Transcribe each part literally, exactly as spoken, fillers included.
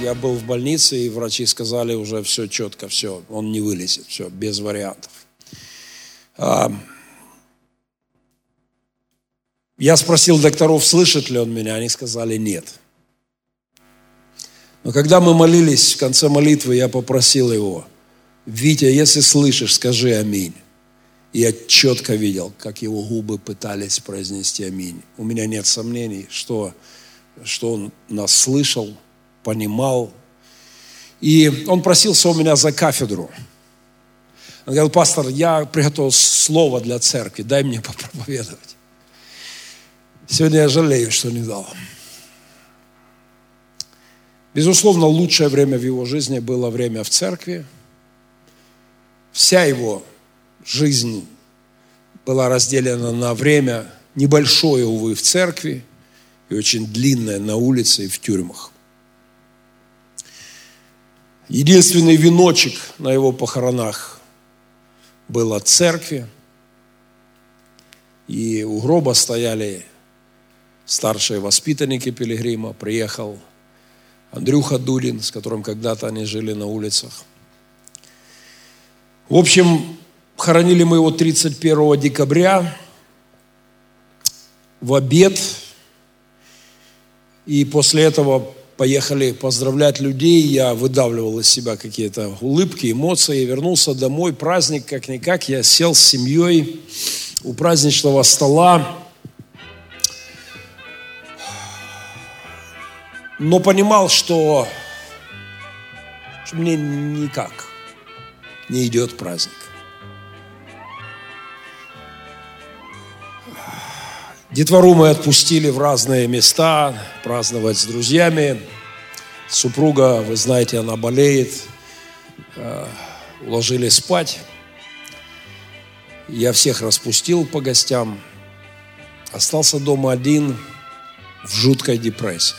я был в больнице, и врачи сказали уже все четко, все, он не вылезет, все, без вариантов. Я спросил докторов, слышит ли он меня, они сказали нет. Но когда мы молились, в конце молитвы я попросил его: Витя, если слышишь, скажи аминь. И я четко видел, как его губы пытались произнести аминь. У меня нет сомнений, что, что он нас слышал, понимал. И он просился у меня за кафедру. Он говорил: пастор, я приготовил слово для церкви, дай мне попроповедовать. Сегодня я жалею, что не дал. Безусловно, лучшее время в его жизни было время в церкви. Вся его жизнь была разделена на время небольшое, увы, в церкви и очень длинное на улице и в тюрьмах. Единственный веночек на его похоронах был от церкви. И у гроба стояли старшие воспитанники пилигрима. Приехал Андрюха Дулин, с которым когда-то они жили на улицах. В общем, хоронили мы его тридцать первого декабря в обед. И после этого поехали поздравлять людей. Я выдавливал из себя какие-то улыбки, эмоции. Вернулся домой. Праздник как-никак. Я сел с семьей у праздничного стола. Но понимал, что, что мне никак не идет праздник. Детвору мы отпустили в разные места, праздновать с друзьями. Супруга, вы знаете, она болеет. Уложили спать. Я всех распустил по гостям. Остался дома один в жуткой депрессии.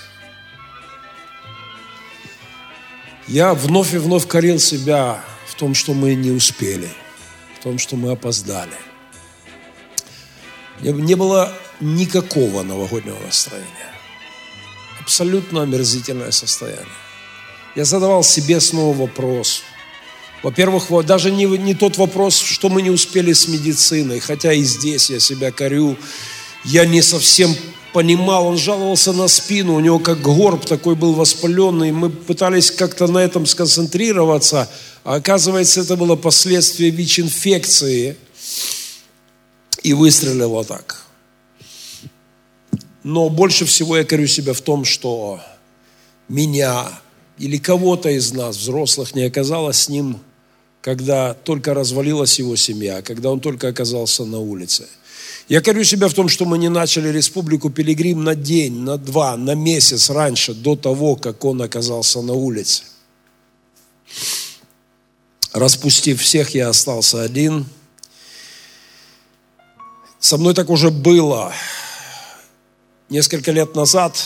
Я вновь и вновь корил себя в том, что мы не успели, в том, что мы опоздали. Не было никакого новогоднего настроения. Абсолютно омерзительное состояние. Я задавал себе снова вопрос. Во-первых, даже не, не тот вопрос, что мы не успели с медициной, хотя и здесь я себя корю. Я не совсем понимал, он жаловался на спину, у него как горб такой был воспаленный. Мы пытались как-то на этом сконцентрироваться, а оказывается, это было последствие ВИЧ-инфекции. И выстрелило так. Но больше всего я корю себя в том, что меня или кого-то из нас, взрослых, не оказалось с ним, когда только развалилась его семья, когда он только оказался на улице. Я корю себя в том, что мы не начали Республику Пилигрим на день, на два, на месяц раньше, до того, как он оказался на улице. Распустив всех, я остался один. Со мной так уже было. Несколько лет назад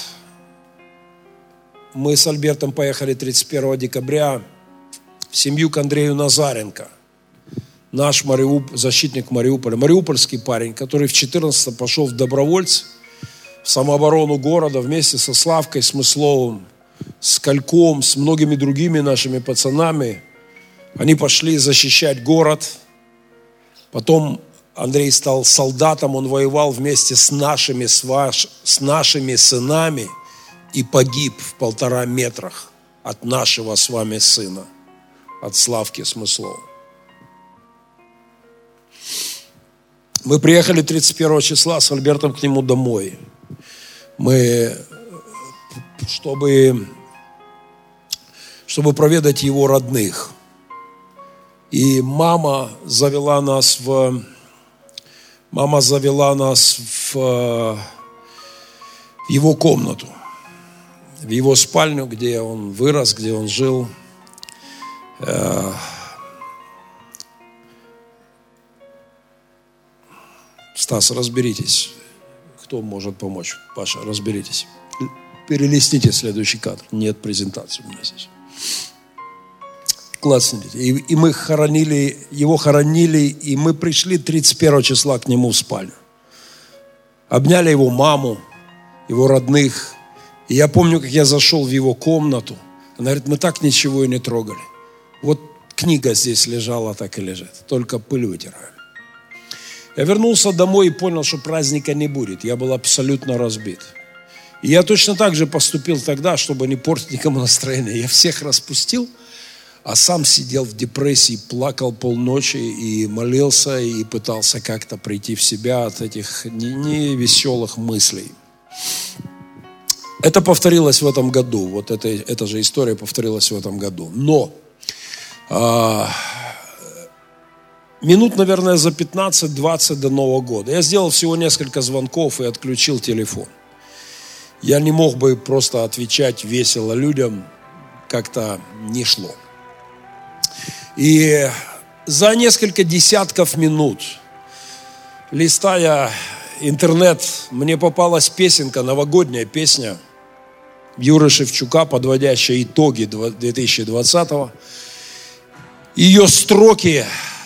мы с Альбертом поехали тридцать первого декабря в семью к Андрею Назаренко. Наш Мариуп... защитник Мариуполя, мариупольский парень, который в четырнадцатом пошел в добровольцы, в самооборону города вместе со Славкой Смысловым, с Кольком, с многими другими нашими пацанами. Они пошли защищать город. Потом Андрей стал солдатом, он воевал вместе с нашими, с, ваш... с нашими сынами и погиб в полтора метрах от нашего с вами сына, от Славки Смыслова. Мы приехали тридцать первого числа с Альбертом к нему домой. Мы, чтобы, чтобы проведать его родных. И мама завела нас в, мама завела нас в, в его комнату, в его спальню, где он вырос, где он жил. Стас, разберитесь, кто может помочь. Паша, разберитесь. Перелистните следующий кадр. Нет презентации у меня здесь. Классните. И, и мы хоронили, его хоронили, и мы пришли тридцать первого числа к нему в спальню. Обняли его маму, его родных. И я помню, как я зашел в его комнату. Она говорит, мы так ничего и не трогали. Вот книга здесь лежала, так и лежит. Только пыль вытираем. Я вернулся домой и понял, что праздника не будет. Я был абсолютно разбит. И я точно так же поступил тогда, чтобы не портить никому настроение. Я всех распустил, а сам сидел в депрессии, плакал полночи и молился, и пытался как-то прийти в себя от этих невеселых мыслей. Это повторилось в этом году. Вот это, эта же история повторилась в этом году. Но а, минут, наверное, за пятнадцать-двадцать до Нового года я сделал всего несколько звонков и отключил телефон. Я не мог бы просто отвечать весело людям, как-то не шло. И за несколько десятков минут, листая интернет, мне попалась песенка, новогодняя песня Юры Шевчука, подводящая итоги две тысячи двадцатого. Ее строки,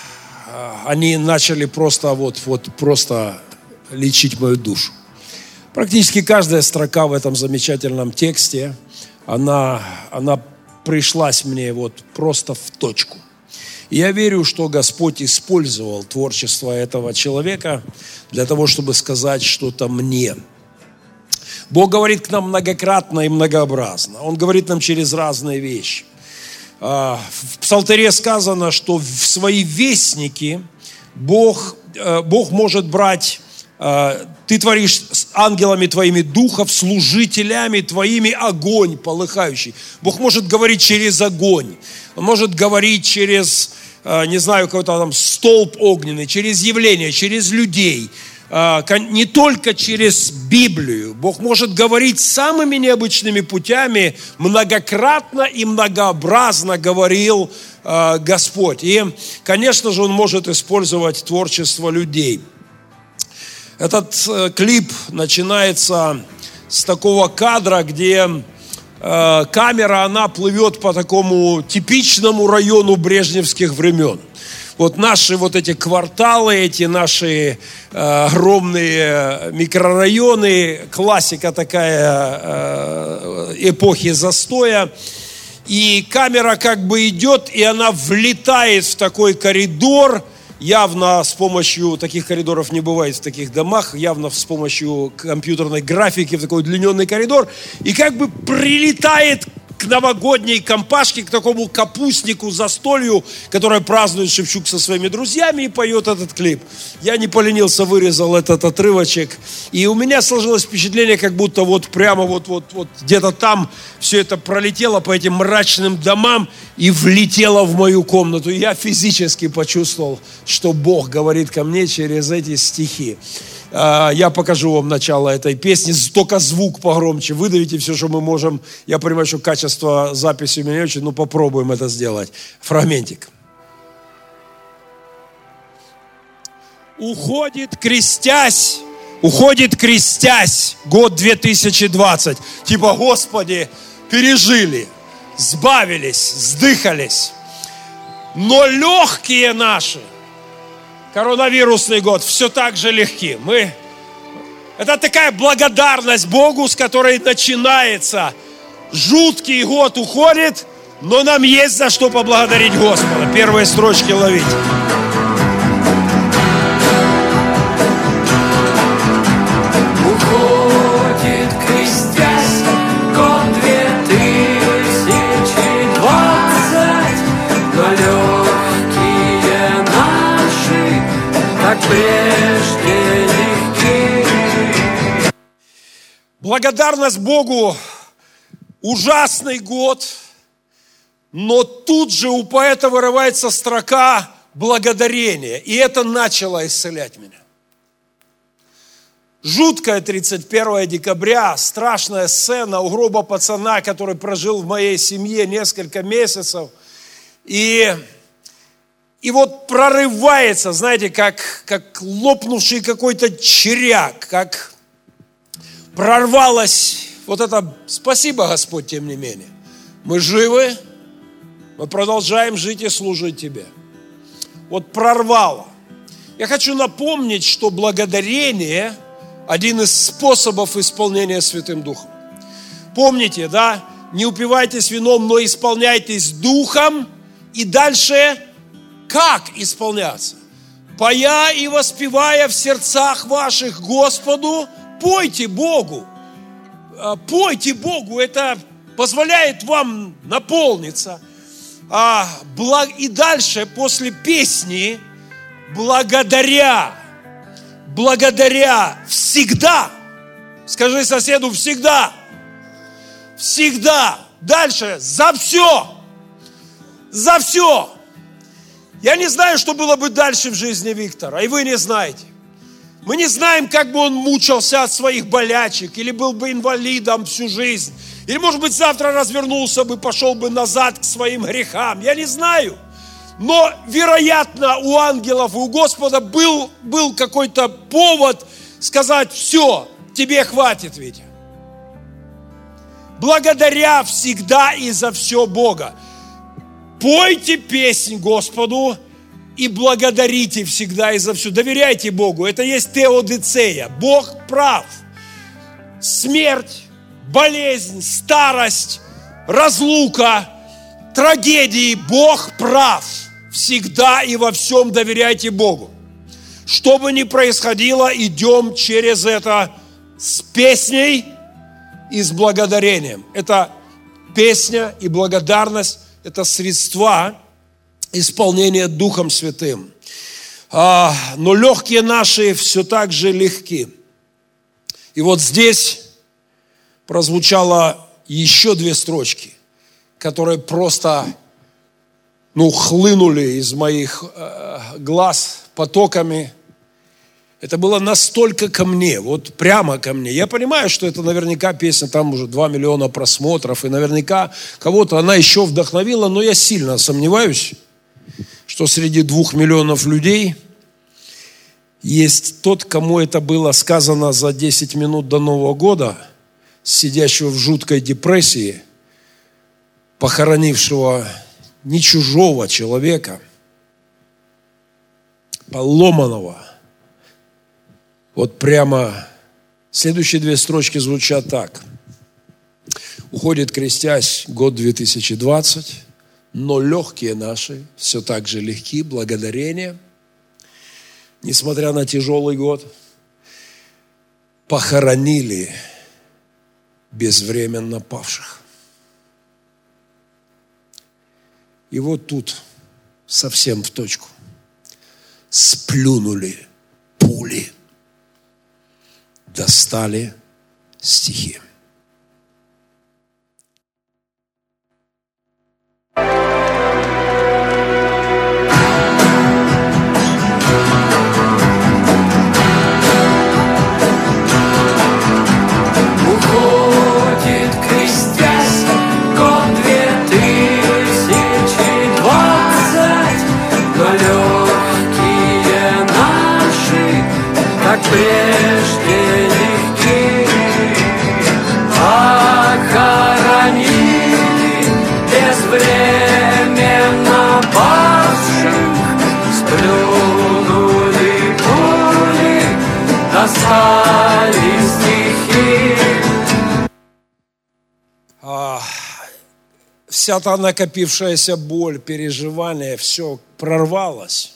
они начали просто вот, вот просто лечить мою душу. Практически каждая строка в этом замечательном тексте, она, она пришлась мне вот просто в точку. И я верю, что Господь использовал творчество этого человека для того, чтобы сказать что-то мне. Бог говорит к нам многократно и многообразно. Он говорит нам через разные вещи. В Псалтыре сказано, что в свои вестники Бог, Бог может брать... Ты творишь с ангелами твоими духов, служителями твоими огонь полыхающий. Бог может говорить через огонь. Он может говорить через, не знаю, какой-то там столб огненный, через явление, через людей. Не только через Библию. Бог может говорить самыми необычными путями. Многократно и многообразно говорил Господь. И, конечно же, Он может использовать творчество людей. Этот э, клип начинается с такого кадра, где э, камера, она плывет по такому типичному району брежневских времен. Вот наши вот эти кварталы, эти наши э, огромные микрорайоны, классика такая э, эпохи застоя. И камера как бы идет, и она влетает в такой коридор. Явно с помощью, таких коридоров не бывает в таких домах, явно с помощью компьютерной графики в такой удлиненный коридор. И как бы прилетает к новогодней компашке, к такому капустнику, застолью, которое празднует Шевчук со своими друзьями и поет этот клип. Я не поленился, вырезал этот отрывочек. И у меня сложилось впечатление, как будто вот прямо вот, вот, вот где-то там все это пролетело по этим мрачным домам и влетело в мою комнату. И я физически почувствовал, что Бог говорит ко мне через эти стихи. Я покажу вам начало этой песни, только звук погромче, выдавите все, что мы можем. Я понимаю, что качество записи у меня не очень, но попробуем это сделать. Фрагментик. Уходит крестясь, уходит крестясь год две тысячи двадцать. Типа, Господи, пережили, сбавились, сдыхались. Но легкие наши, коронавирусный год, все так же легки. Мы... Это такая благодарность Богу, с которой начинается. Жуткий год уходит, но нам есть за что поблагодарить Господа. Первые строчки ловить. Уходит крестясь год две тысячи двадцать, но легкие наши как прежде легки. Благодарность Богу. Ужасный год, но тут же у поэта вырывается строка благодарения. И это начало исцелять меня. Жуткая тридцать первого декабря, страшная сцена у гроба пацана, который прожил в моей семье несколько месяцев. И, и вот прорывается, знаете, как, как лопнувший какой-то червяк, как прорвалась вот это, спасибо, Господь, тем не менее. Мы живы, мы продолжаем жить и служить Тебе. Вот прорвало. Я хочу напомнить, что благодарение – один из способов исполнения Святым Духом. Помните, да? не упивайтесь вином, но исполняйтесь духом. И дальше как исполняться? Поя и воспевая в сердцах ваших Господу, пойте Богу. Пойте Богу, это позволяет вам наполниться. И дальше, после песни, благодаря, благодаря всегда, скажи соседу всегда, всегда, дальше, за все, за все. Я не знаю, что было бы дальше в жизни Виктора, и вы не знаете. Мы не знаем, как бы он мучился от своих болячек, или был бы инвалидом всю жизнь, или, может быть, завтра развернулся бы, пошел бы назад к своим грехам. Я не знаю. Но, вероятно, у ангелов и у Господа был, был какой-то повод сказать: все, тебе хватит, Витя. Благодаря всегда и за все Бога. Пойте песнь Господу и благодарите всегда и за все. Доверяйте Богу. Это есть теодицея. Бог прав. Смерть, болезнь, старость, разлука, трагедии. Бог прав. Всегда и во всем доверяйте Богу. Что бы ни происходило, идем через это с песней и с благодарением. Это песня и благодарность. Это средства исполнения Духом Святым. А, но легкие наши все так же легки. И вот здесь прозвучало еще две строчки, которые просто, ну, хлынули из моих э, глаз потоками. Это было настолько ко мне, вот прямо ко мне. Я понимаю, что это наверняка песня, там уже два миллиона просмотров, и наверняка кого-то она еще вдохновила, но я сильно сомневаюсь, что среди двух миллионов людей есть тот, кому это было сказано за десять минут до Нового года, сидящего в жуткой депрессии, похоронившего не чужого человека, поломанного. Вот прямо следующие две строчки звучат так. Уходит, крестясь, год две тысячи двадцать, но легкие наши все так же легки, благодарение, несмотря на тяжелый год, похоронили безвременно павших. И вот тут совсем в точку. Сплюнули пули. Достали стихи. Уходит, крестясь, год две тысячи двадцать, но легкие наши, как прежде, безвременно павших, сплюнули пули, достали стихи. А, вся та накопившаяся боль, переживания, все прорвалось.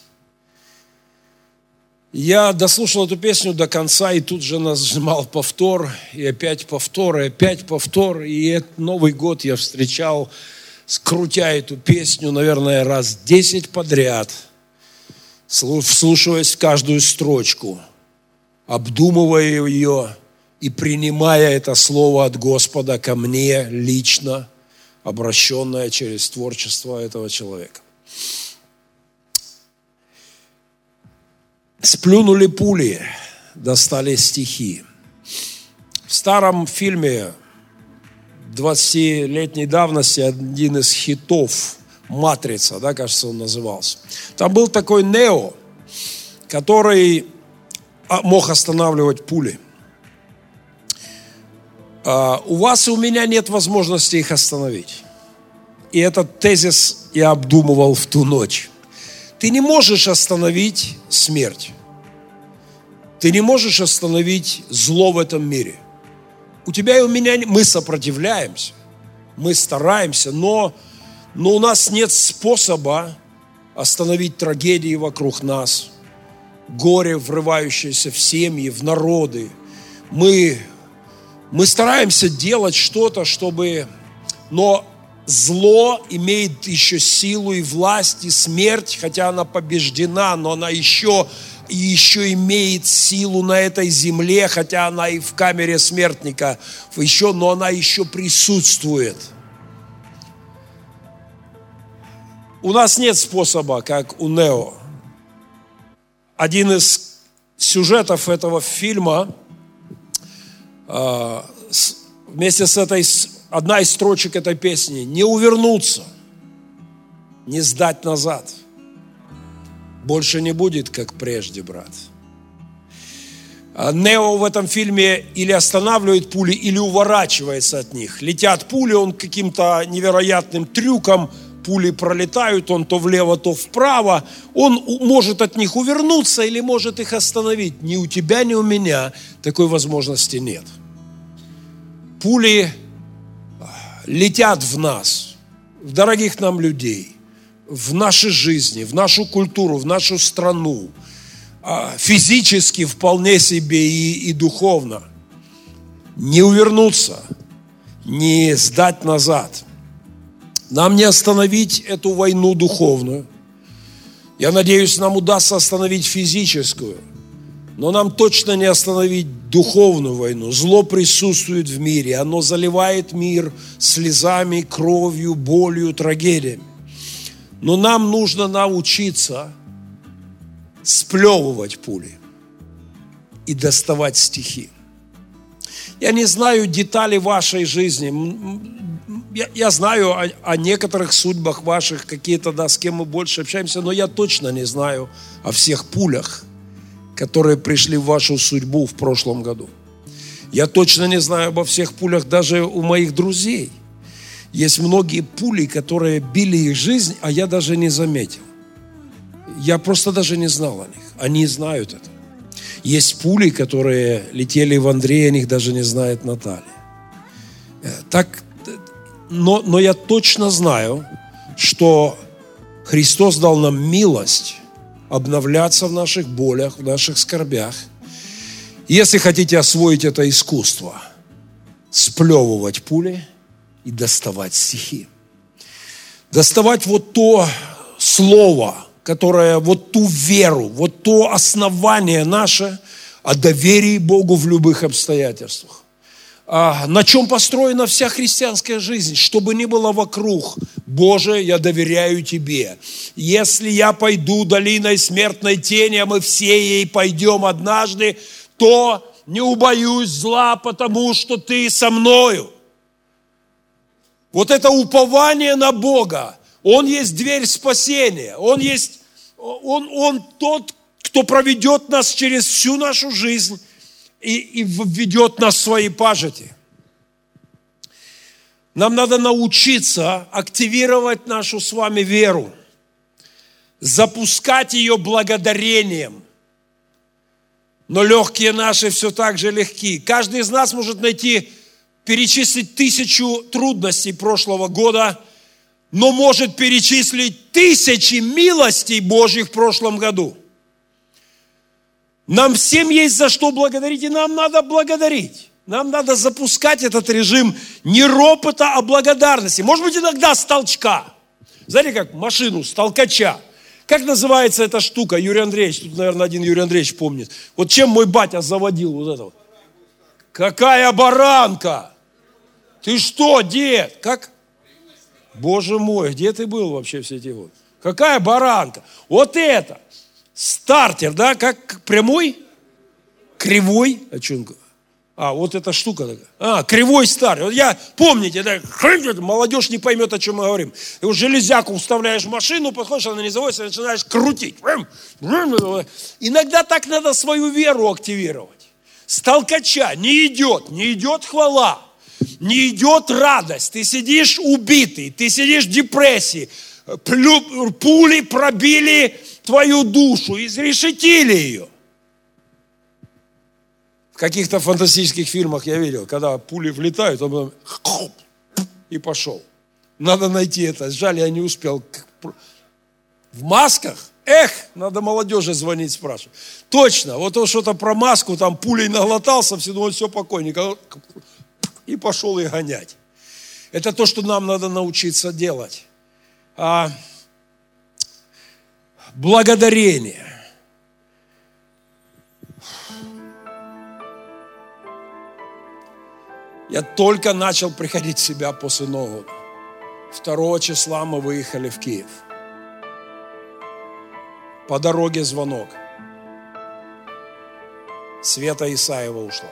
Я дослушал эту песню до конца и тут же нажимал повтор, и опять повтор, и опять повтор. И этот Новый год я встречал, скрутя эту песню, наверное, раз десять подряд, вслушиваясь в каждую строчку, обдумывая ее и принимая это слово от Господа ко мне лично, обращенное через творчество этого человека. Сплюнули пули, достали стихи. В старом фильме двадцатилетней давности один из хитов «Матрица», да, кажется, он назывался. Там был такой Нео, который мог останавливать пули. А у вас и у меня нет возможности их остановить. И этот тезис я обдумывал в ту ночь. Ты не можешь остановить смерть. Ты не можешь остановить зло в этом мире. У тебя и у меня, мы сопротивляемся. Мы стараемся, но, но у нас нет способа остановить трагедии вокруг нас, горе, врывающееся в семьи, в народы. Мы, мы стараемся делать что-то, чтобы... Но зло имеет еще силу и власть, и смерть, хотя она побеждена, но она еще, еще имеет силу на этой земле, хотя она и в камере смертника, еще, но она еще присутствует. У нас нет способа, как у Нео. Один из сюжетов этого фильма, вместе с этой, одна из строчек этой песни: не увернуться, не сдать назад. Больше не будет, как прежде, брат. Нео в этом фильме или останавливает пули, или уворачивается от них. Летят пули, он каким-то невероятным трюком, пули пролетают, он то влево, то вправо. Он может от них увернуться или может их остановить. Ни у тебя, ни у меня такой возможности нет. Пули летят в нас, в дорогих нам людей, в нашей жизни, в нашу культуру, в нашу страну. Физически вполне себе и, и духовно. Не увернуться, не сдать назад. Нам не остановить эту войну духовную. Я надеюсь, нам удастся остановить физическую, но нам точно не остановить духовную войну. Зло присутствует в мире, оно заливает мир слезами, кровью, болью, трагедиями. Но нам нужно научиться сплевывать пули и доставать стихи. Я не знаю деталей вашей жизни. Я, я знаю о, о некоторых судьбах ваших, какие-то, да, с кем мы больше общаемся, но я точно не знаю о всех пулях, которые пришли в вашу судьбу в прошлом году. Я точно не знаю обо всех пулях даже у моих друзей. Есть многие пули, которые били их жизнь, а я даже не заметил. Я просто даже не знал о них. Они знают это. Есть пули, которые летели в Андрея, о них даже не знает Наталья. Так, но, но я точно знаю, что Христос дал нам милость обновляться в наших болях, в наших скорбях. Если хотите освоить это искусство, сплевывать пули и доставать стихи. Доставать вот то слово, которое, вот ту веру, вот то основание наше о доверии Богу в любых обстоятельствах. А на чем построена вся христианская жизнь? Что бы ни было вокруг, Боже, я доверяю Тебе. Если я пойду долиной смертной тени, а мы все ей пойдем однажды, то не убоюсь зла, потому что Ты со мною. Вот это упование на Бога. Он есть дверь спасения. Он есть, он, он тот, кто проведет нас через всю нашу жизнь и, и введет нас в свои пажити. Нам надо научиться активировать нашу с вами веру, запускать ее благодарением. Но легкие наши все так же легки. Каждый из нас может найти, перечислить тысячу трудностей прошлого года, но может перечислить тысячи милостей Божьих в прошлом году. Нам всем есть за что благодарить, и нам надо благодарить. Нам надо запускать этот режим не ропота, а благодарности. Может быть, иногда с толчка. Знаете, как машину с толкача. Как называется эта штука, Юрий Андреевич? Тут, наверное, один Юрий Андреевич помнит. Вот чем мой батя заводил вот это вот. Какая баранка! Ты что, дед? Как? Боже мой, где ты был вообще все эти годы? Какая баранка? Вот это. Стартер, да? Как прямой? Кривой? А что он? А, вот эта штука такая. А, кривой стартер. Вот я, помните, да, молодежь не поймет, о чем мы говорим. Ты вот железяку вставляешь в машину, подходишь, она не заводится, начинаешь крутить. Иногда так надо свою веру активировать. С толкача не идет, не идет хвала. Не идет радость, ты сидишь убитый, ты сидишь в депрессии, пули пробили твою душу, изрешетили ее. В каких-то фантастических фильмах я видел, когда пули влетают, он и пошел. Надо найти это. Жаль, я не успел. В масках? Эх, надо молодежи звонить, спрашивать. Точно, вот он что-то про маску, там пулей наглотался, все, ну, все, покойник. И пошел их гонять. Это то, что нам надо научиться делать. А, благодарение. Я только начал приходить в себя после Нового года. Второго числа мы выехали в Киев. По дороге звонок. Света Исаева ушла.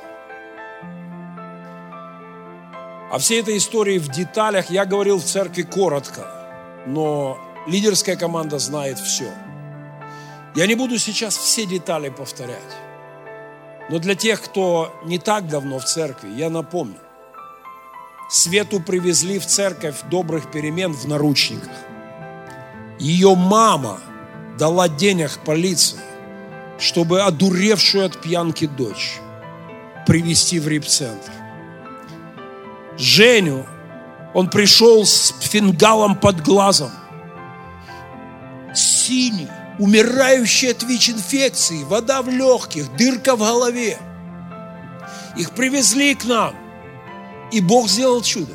О всей этой истории в деталях я говорил в церкви коротко, но лидерская команда знает все. Я не буду сейчас все детали повторять, но для тех, кто не так давно в церкви, я напомню. Свету привезли в церковь добрых перемен в наручниках. Ее мама дала денег полиции, чтобы одуревшую от пьянки дочь привезти в репцентр. Женю, он пришел с фингалом под глазом, синий, умирающий от ВИЧ-инфекции, вода в легких, дырка в голове. Их привезли к нам, и Бог сделал чудо.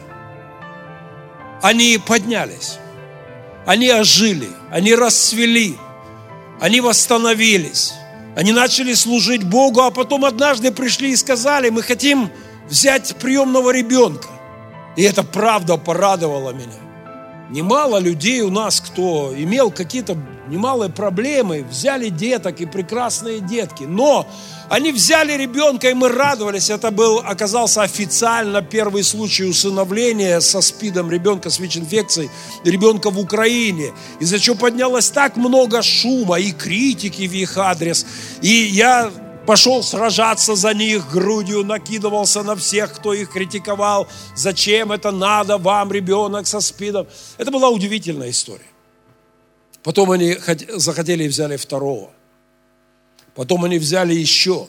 Они поднялись, они ожили, они расцвели, они восстановились, они начали служить Богу, а потом однажды пришли и сказали: мы хотим взять приемного ребенка. И это правда порадовало меня. Немало людей у нас, кто имел какие-то немалые проблемы, взяли деток и прекрасные детки. Но они взяли ребенка, и мы радовались. Это был, оказался официально первый случай усыновления со СПИДом ребенка с ВИЧ-инфекцией, ребенка в Украине. Из-за чего поднялось так много шума и критики в их адрес. И я пошел сражаться за них грудью, накидывался на всех, кто их критиковал. Зачем это надо вам, ребенок со СПИДом? Это была удивительная история. Потом они захотели и взяли второго. Потом они взяли еще.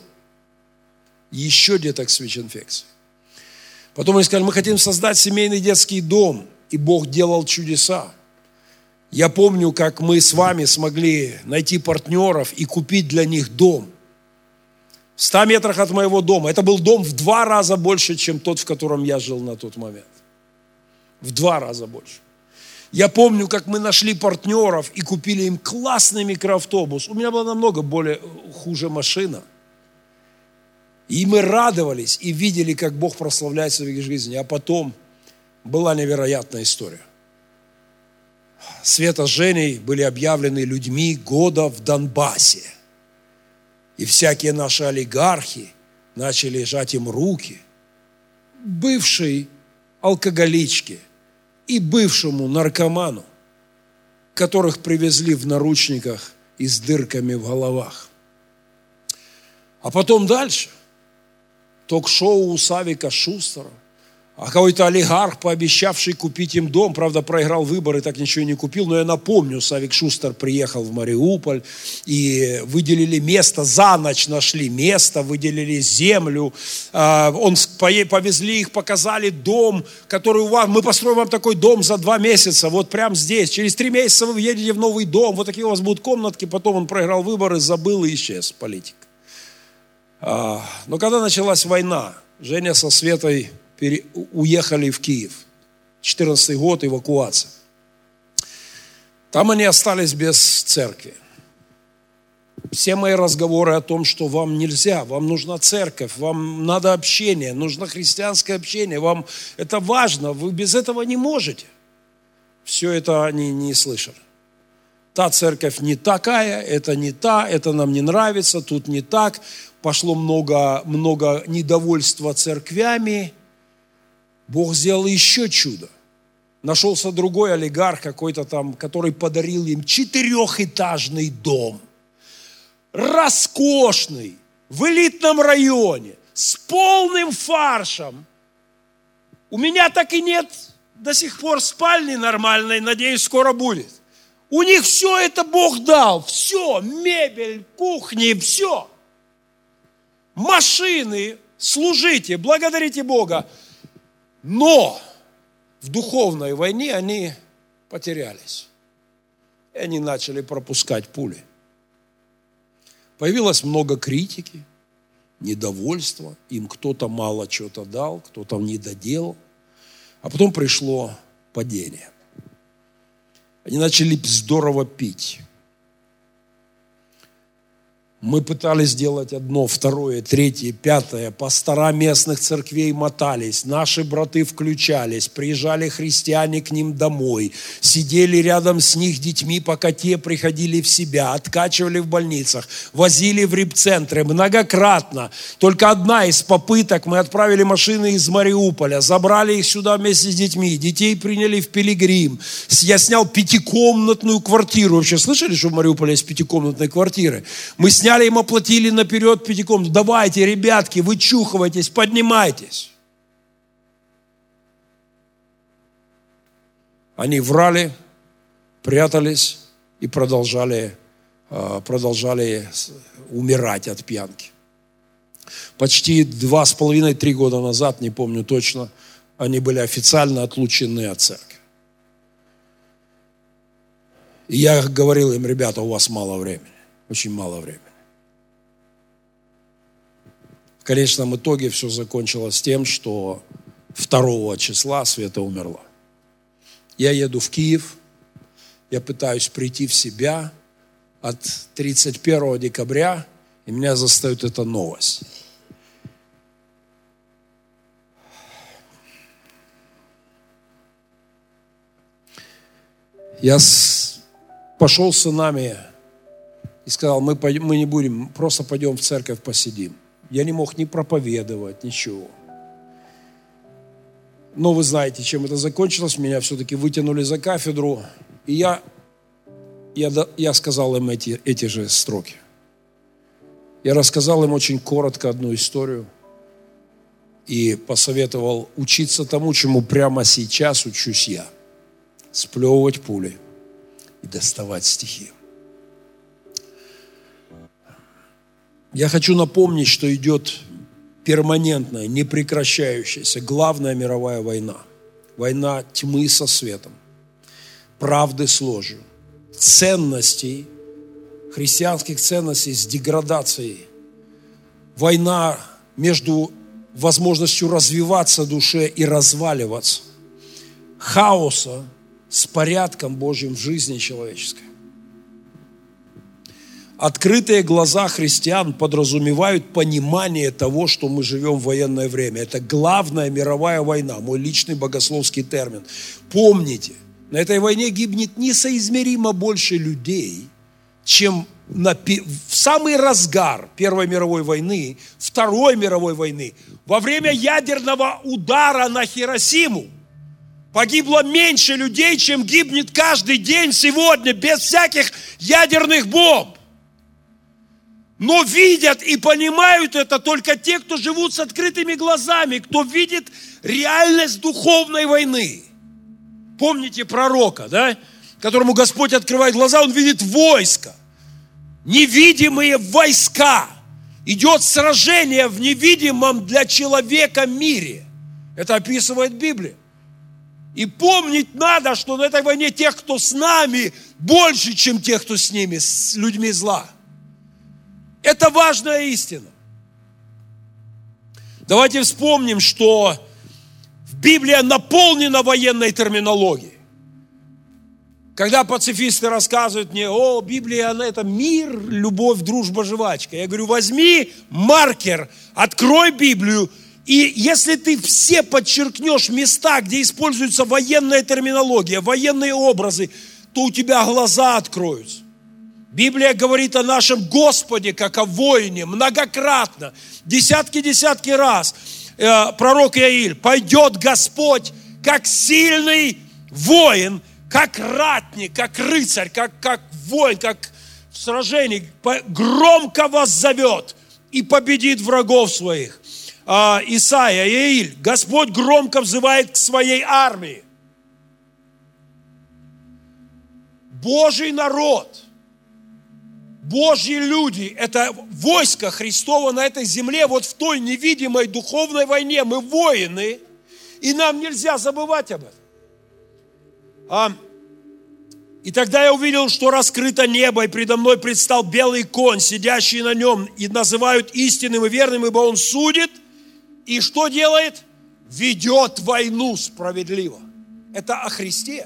Еще деток с ВИЧ-инфекцией. Потом они сказали: мы хотим создать семейный детский дом. И Бог делал чудеса. Я помню, как мы с вами смогли найти партнеров и купить для них дом. В ста метрах от моего дома. Это был дом в два раза больше, чем тот, в котором я жил на тот момент. В два раза больше. Я помню, как мы нашли партнеров и купили им классный микроавтобус. У меня была намного более хуже машина. И мы радовались и видели, как Бог прославляется в их жизни. А потом была невероятная история. Света с Женей были объявлены людьми года в Донбассе. И всякие наши олигархи начали жать им руки. Бывшей алкоголичке и бывшему наркоману, которых привезли в наручниках и с дырками в головах. А потом дальше. Ток-шоу у Савика Шустера. А какой-то олигарх, пообещавший купить им дом, правда, проиграл выборы, так ничего и не купил. Но я напомню, Савик Шустер приехал в Мариуполь и выделили место, за ночь нашли место, выделили землю. Он повезли их, показали дом, который у вас, мы построим вам такой дом за два месяца, вот прямо здесь. Через три месяца вы едете в новый дом, вот такие у вас будут комнатки. Потом он проиграл выборы, забыл и исчез, политик. Но когда началась война, Женя со Светой уехали в Киев. четырнадцатый год, эвакуация. Там они остались без церкви. Все мои разговоры о том, что вам нельзя, вам нужна церковь, вам надо общение, нужно христианское общение, вам это важно, вы без этого не можете. Все это они не слышали. Та церковь не такая, это не та, это нам не нравится, тут не так. Пошло много, много недовольства церквями. Бог сделал еще чудо. Нашелся другой олигарх какой-то там, который подарил им четырехэтажный дом. Роскошный, в элитном районе, с полным фаршем. У меня так и нет до сих пор спальни нормальной, надеюсь, скоро будет. У них все это Бог дал, все, мебель, кухни, все. Машины, служите, благодарите Бога. Но в духовной войне они потерялись. И они начали пропускать пули. Появилось много критики, недовольства. Им кто-то мало что-то дал, кто-то не доделал. А потом пришло падение. Они начали здорово пить. Мы пытались сделать одно, второе, третье, пятое. Пастора местных церквей мотались. Наши браты включались. Приезжали христиане к ним домой. Сидели рядом с них детьми, пока те приходили в себя. Откачивали в больницах. Возили в репцентры. Многократно. Только одна из попыток. Мы отправили машины из Мариуполя. Забрали их сюда вместе с детьми. Детей приняли в Пилигрим. Я снял пятикомнатную квартиру. Вообще слышали, что в Мариуполе есть пятикомнатные квартиры? Мы сняли им, оплатили наперед пятикомнатную. Давайте, ребятки, вычухивайтесь, поднимайтесь. Они врали, прятались и продолжали, продолжали умирать от пьянки. Почти два с половиной-три года назад, не помню точно, они были официально отлучены от церкви. И я говорил им: ребята, у вас мало времени, очень мало времени. В конечном итоге все закончилось тем, что второго числа Света умерла. Я еду в Киев, я пытаюсь прийти в себя от тридцать первого декабря, и меня застает эта новость. Я с... пошел с сынами и сказал: мы, пойдем, мы не будем, просто пойдем в церковь посидим. Я не мог ни проповедовать, ничего. Но вы знаете, чем это закончилось. Меня все-таки вытянули за кафедру. И я, я, я сказал им эти, эти же строки. Я рассказал им очень коротко одну историю. И посоветовал учиться тому, чему прямо сейчас учусь я. Сплевывать пули и доставать стихи. Я хочу напомнить, что идет перманентная, непрекращающаяся, главная мировая война. Война тьмы со светом, правды с ложью, ценностей, христианских ценностей с деградацией. Война между возможностью развиваться душе и разваливаться. Хаоса с порядком Божьим в жизни человеческой. Открытые глаза христиан подразумевают понимание того, что мы живем в военное время. Это главная мировая война, мой личный богословский термин. Помните, на этой войне гибнет несоизмеримо больше людей, чем на, в самый разгар Первой мировой войны, Второй мировой войны. Во время ядерного удара на Хиросиму погибло меньше людей, чем гибнет каждый день сегодня, без всяких ядерных бомб. Но видят и понимают это только те, кто живут с открытыми глазами, кто видит реальность духовной войны. Помните пророка, да? Которому Господь открывает глаза, он видит войско. Невидимые войска. Идет сражение в невидимом для человека мире. Это описывает Библия. И помнить надо, что на этой войне тех, кто с нами, больше, чем тех, кто с ними, с людьми зла. Это важная истина. Давайте вспомним, что Библия наполнена военной терминологией. Когда пацифисты рассказывают мне: о, Библия, она это мир, любовь, дружба, жвачка. Я говорю: возьми маркер, открой Библию, и если ты все подчеркнешь места, где используется военная терминология, военные образы, то у тебя глаза откроются. Библия говорит о нашем Господе, как о воине, многократно, десятки-десятки раз. Э, пророк Иаиль: пойдет Господь, как сильный воин, как ратник, как рыцарь, как, как воин, как в сражении, громко вас зовет и победит врагов своих. Э, Исаия, Иаиль: Господь громко взывает к своей армии. Божий народ, Божьи люди, это войско Христово на этой земле, вот в той невидимой духовной войне. Мы воины, и нам нельзя забывать об этом. А, и тогда я увидел, что раскрыто небо, и предо мной предстал белый конь, сидящий на нем, и называют истинным и верным, ибо он судит, и что делает? Ведет войну справедливо. Это о Христе.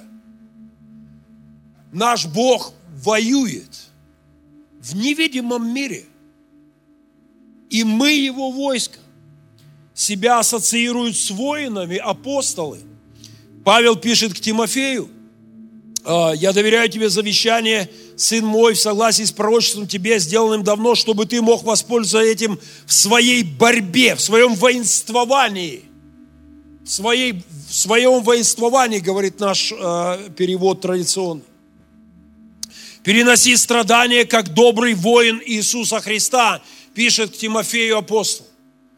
Наш Бог воюет в невидимом мире. И мы, Его войско, себя ассоциируют с воинами, апостолы. Павел пишет к Тимофею: «Я доверяю тебе завещание, сын мой, в согласии с пророчеством тебе, сделанным давно, чтобы ты мог воспользоваться этим в своей борьбе, в своем воинствовании». В, своей, в своем воинствовании, говорит наш э, перевод традиционный. «Переноси страдания, как добрый воин Иисуса Христа», пишет к Тимофею апостол.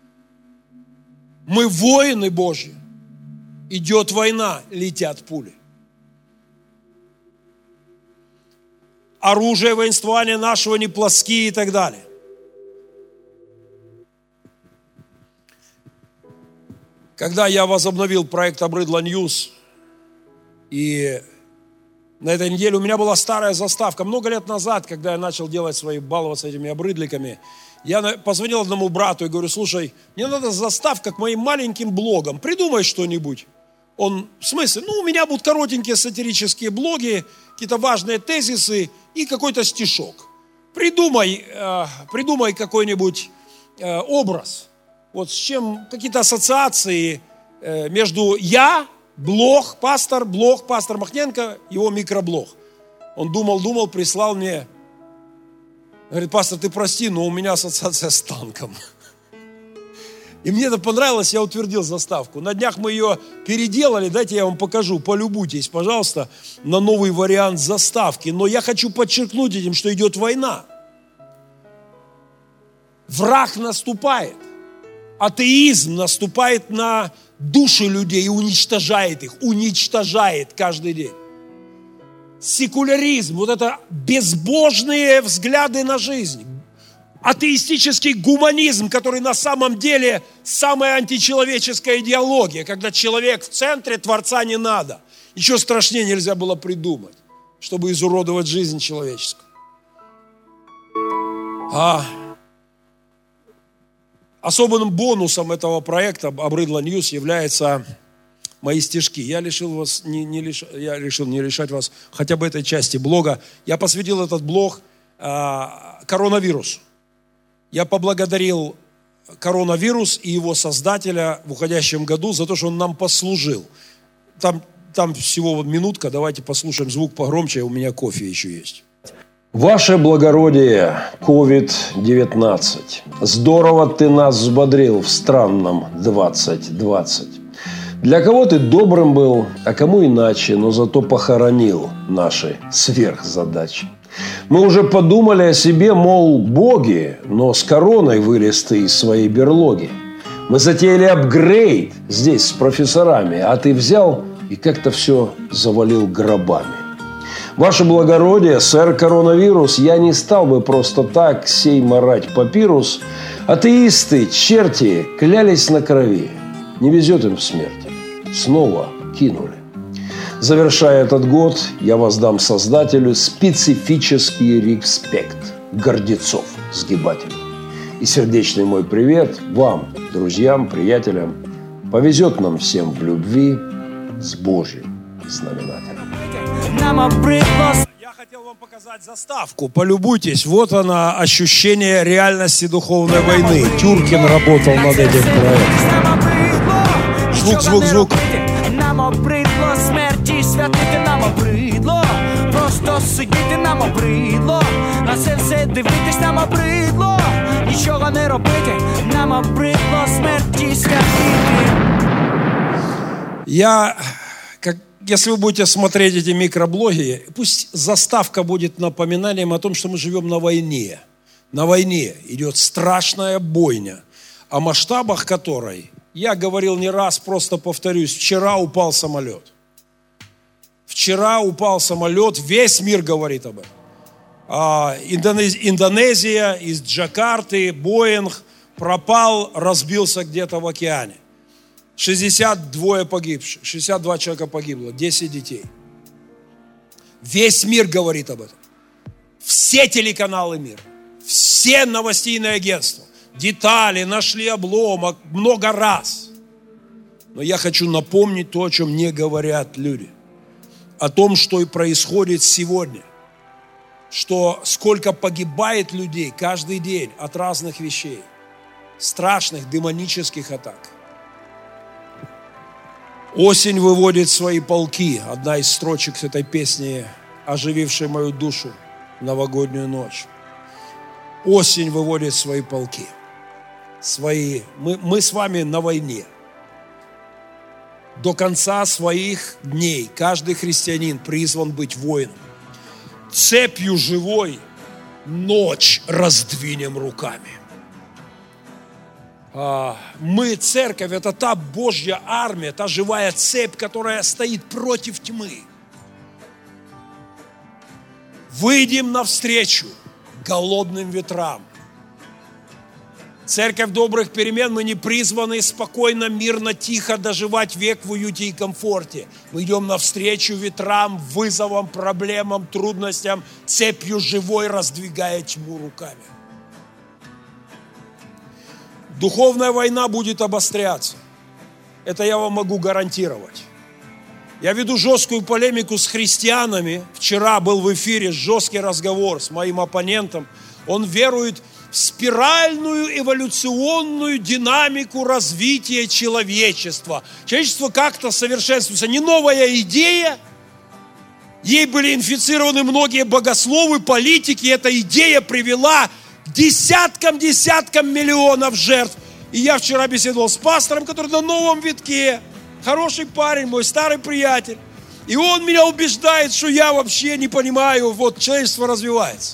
Мы воины Божьи. Идет война, летят пули. Оружие воинствования нашего не плоские и так далее. Когда я возобновил проект Обрыдло Ньюс, и на этой неделе у меня была старая заставка. Много лет назад, когда я начал делать свои, баловаться этими обрыдликами, я позвонил одному брату и говорю: слушай, мне надо заставка к моим маленьким блогам, придумай что-нибудь. Он, в смысле, ну у меня будут коротенькие сатирические блоги, какие-то важные тезисы и какой-то стишок. Придумай, э, придумай какой-нибудь э, образ. Вот с чем, какие-то ассоциации э, между я, блог, пастор, блог, пастор Махненко, его микроблог. Он думал, думал, прислал мне. Говорит: пастор, ты прости, но у меня ассоциация с танком. И мне это понравилось, я утвердил заставку. На днях мы ее переделали, дайте я вам покажу, полюбуйтесь, пожалуйста, на новый вариант заставки. Но я хочу подчеркнуть этим, что идет война. Враг наступает. Атеизм наступает на души людей и уничтожает их, уничтожает каждый день. Секуляризм, вот это безбожные взгляды на жизнь. Атеистический гуманизм, который на самом деле самая античеловеческая идеология, когда человек в центре, Творца не надо. Ничего страшнее нельзя было придумать, чтобы изуродовать жизнь человеческую. А особым бонусом этого проекта Обрыдло Ньюс является мои стишки. Я решил, вас не, не лиш... я решил не лишать вас хотя бы этой части блога. Я посвятил этот блог а, коронавирусу. Я поблагодарил коронавирус и его создателя в уходящем году за то, что он нам послужил. Там, там всего минутка, давайте послушаем звук погромче, у меня кофе еще есть. Ваше благородие, ковид девятнадцать, здорово ты нас взбодрил в странном двадцать двадцать. Для кого ты добрым был, а кому иначе, но зато похоронил наши сверхзадачи. Мы уже подумали о себе, мол, боги, но с короной вылез ты из своей берлоги. Мы затеяли апгрейд здесь с профессорами, а ты взял и как-то все завалил гробами. Ваше благородие, сэр коронавирус, я не стал бы просто так сей марать папирус. Атеисты, черти, клялись на крови. Не везет им в смерти. Снова кинули. Завершая этот год, я воздам Создателю специфический респект гордецов сгибателей. И сердечный мой привет вам, друзьям, приятелям. Повезет нам всем в любви с Божьим знаменателем. Я хотел вам показать заставку. Полюбуйтесь. Вот она, ощущение реальности духовной войны. Тюркин работал над этим проектом. Звук, звук, звук. Нам обридло смерті святити, нам обридло просто сидіти, нам обридло на це все дивитись, нам обридло нічого не робити, нам обридло смерті святити. Я, как, если вы будете смотреть эти микроблоги, пусть заставка будет напоминанием о том, что мы живем на войне. На войне идет страшная бойня, о масштабах которой я говорил не раз, просто повторюсь. Вчера упал самолет. Вчера упал самолет, весь мир говорит об этом. А, Индонез... Индонезия, из Джакарты, Боинг пропал, разбился где-то в океане. шестьдесят два погибших, шестьдесят два человека погибло, десять детей. Весь мир говорит об этом. Все телеканалы мира, все новостные агентства, детали, нашли обломок много раз. Но я хочу напомнить то, о чем не говорят люди. О том, что и происходит сегодня. Что сколько погибает людей каждый день от разных вещей. Страшных демонических атак. Осень выводит свои полки. Одна из строчек с этой песни, оживившей мою душу в новогоднюю ночь. Осень выводит свои полки. Свои. Мы, мы с вами на войне. До конца своих дней каждый христианин призван быть воином. Цепью живой ночь раздвинем руками. Мы, церковь, это та Божья армия, та живая цепь, которая стоит против тьмы. Выйдем навстречу голодным ветрам. Церковь добрых перемен, мы не призваны спокойно, мирно, тихо доживать век в уюте и комфорте. Мы идем навстречу ветрам, вызовам, проблемам, трудностям, цепью живой раздвигая тьму руками. Духовная война будет обостряться. Это я вам могу гарантировать. Я веду жесткую полемику с христианами. Вчера был в эфире жесткий разговор с моим оппонентом. Он верует в спиральную эволюционную динамику развития человечества. Человечество как-то совершенствуется. Не новая идея. Ей были инфицированы многие богословы, политики. Эта идея привела к десяткам, десяткам миллионов жертв. И я вчера беседовал с пастором, который на новом витке. Хороший парень, мой старый приятель. И он меня убеждает, что я вообще не понимаю, вот человечество развивается.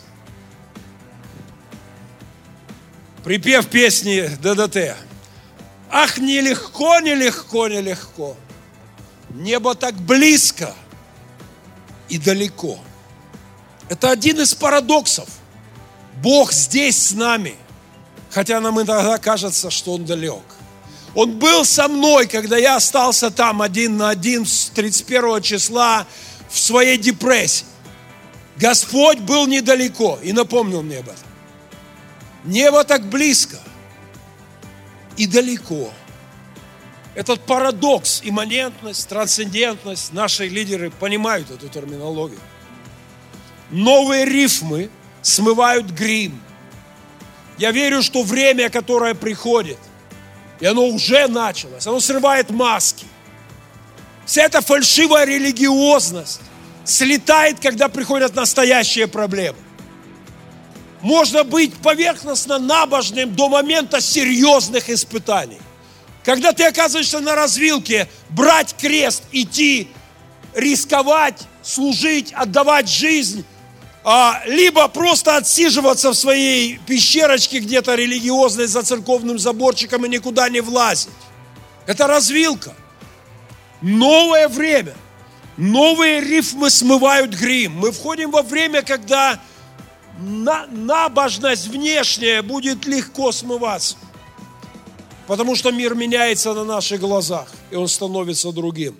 Припев песни ДДТ. Ах, нелегко, нелегко, нелегко. Небо так близко и далеко. Это один из парадоксов. Бог здесь с нами, хотя нам иногда кажется, что Он далек. Он был со мной, когда я остался там один на один с тридцать первого числа в своей депрессии. Господь был недалеко и напомнил мне об этом. Небо так близко и далеко. Этот парадокс, имманентность, трансцендентность, наши лидеры понимают эту терминологию. Новые рифмы смывают грим. Я верю, что время, которое приходит, и оно уже началось, оно срывает маски. Вся эта фальшивая религиозность слетает, когда приходят настоящие проблемы. Можно быть поверхностно набожным до момента серьезных испытаний. Когда ты оказываешься на развилке, брать крест, идти, рисковать, служить, отдавать жизнь, а, либо просто отсиживаться в своей пещерочке где-то религиозной за церковным заборчиком и никуда не влазить. Это развилка. Новое время. Новые рифмы смывают грим. Мы входим во время, когда на, набожность внешняя будет легко смываться. Потому что мир меняется на наших глазах, и он становится другим.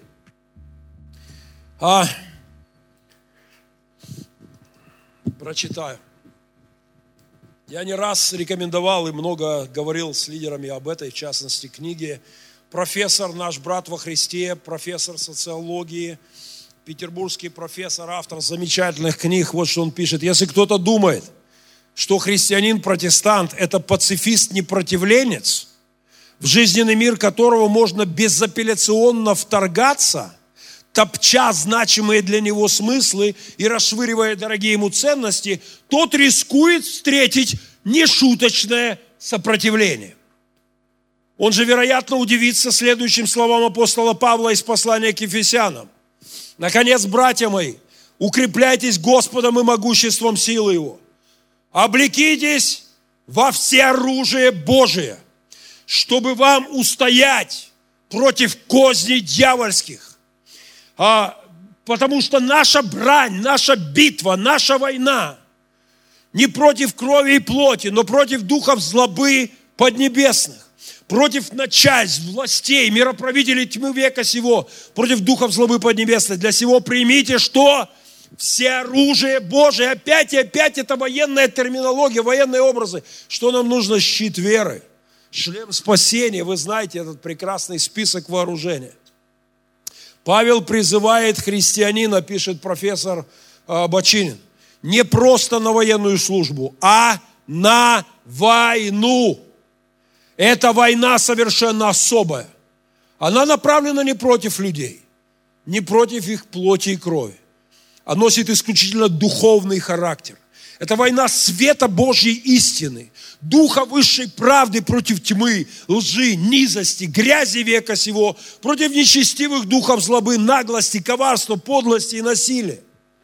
А, прочитаю. Я не раз рекомендовал и много говорил с лидерами об этой, в частности, книге. Профессор, наш брат во Христе, профессор социологии, петербургский профессор, автор замечательных книг, вот что он пишет. Если кто-то думает, что христианин-протестант – это пацифист-непротивленец, в жизненный мир которого можно безапелляционно вторгаться, топча значимые для него смыслы и расшвыривая дорогие ему ценности, тот рискует встретить нешуточное сопротивление. Он же, вероятно, удивится следующим словам апостола Павла из послания к Ефесянам. Наконец, братья мои, укрепляйтесь Господом и могуществом силы Его. Облекитесь во всеоружие Божие, чтобы вам устоять против козней дьявольских. А, потому что наша брань, наша битва, наша война не против крови и плоти, но против духов злобы поднебесных. Против начальств, властей, мироправителей тьмы века сего, против духов злобы поднебесной. Для сего примите, что Все оружие Божие, опять и опять это военная терминология, военные образы. Что нам нужно? Щит веры, шлем спасения. Вы знаете этот прекрасный список вооружения. Павел призывает христианина, пишет профессор Бочинин, не просто на военную службу, а на войну. Эта война совершенно особая. Она направлена не против людей, не против их плоти и крови. Она носит исключительно духовный характер. Это война света Божьей истины, духа высшей правды против тьмы, лжи, низости, грязи века сего, против нечестивых духов злобы, наглости, коварства, подлости и насилия.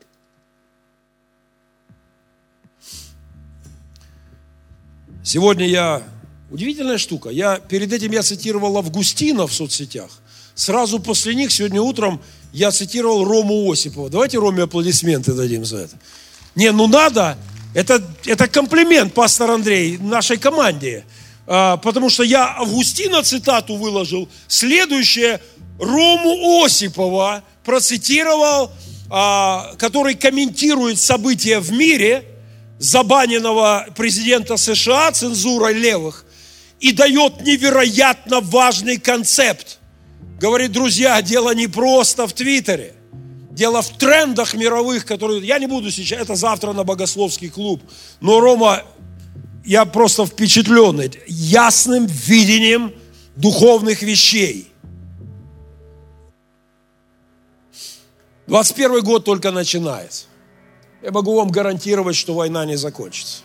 Сегодня я... Удивительная штука. Я, перед этим я цитировал Августина в соцсетях. Сразу после них, сегодня утром, я цитировал Рому Осипова. Давайте Роме аплодисменты дадим за это. Не, ну надо. Это, это комплимент, пастор Андрей, нашей команде. А, потому что я Августина цитату выложил. Следующее Рому Осипова процитировал, а, который комментирует события в мире, забаненного президента США цензурой левых, и дает невероятно важный концепт. Говорит, друзья, дело не просто в Твиттере. Дело в трендах мировых, которые... Я не буду сейчас, это завтра на богословский клуб. Но, Рома, я просто впечатлен ясным видением духовных вещей. двадцать первый год только начинается. Я могу вам гарантировать, что война не закончится.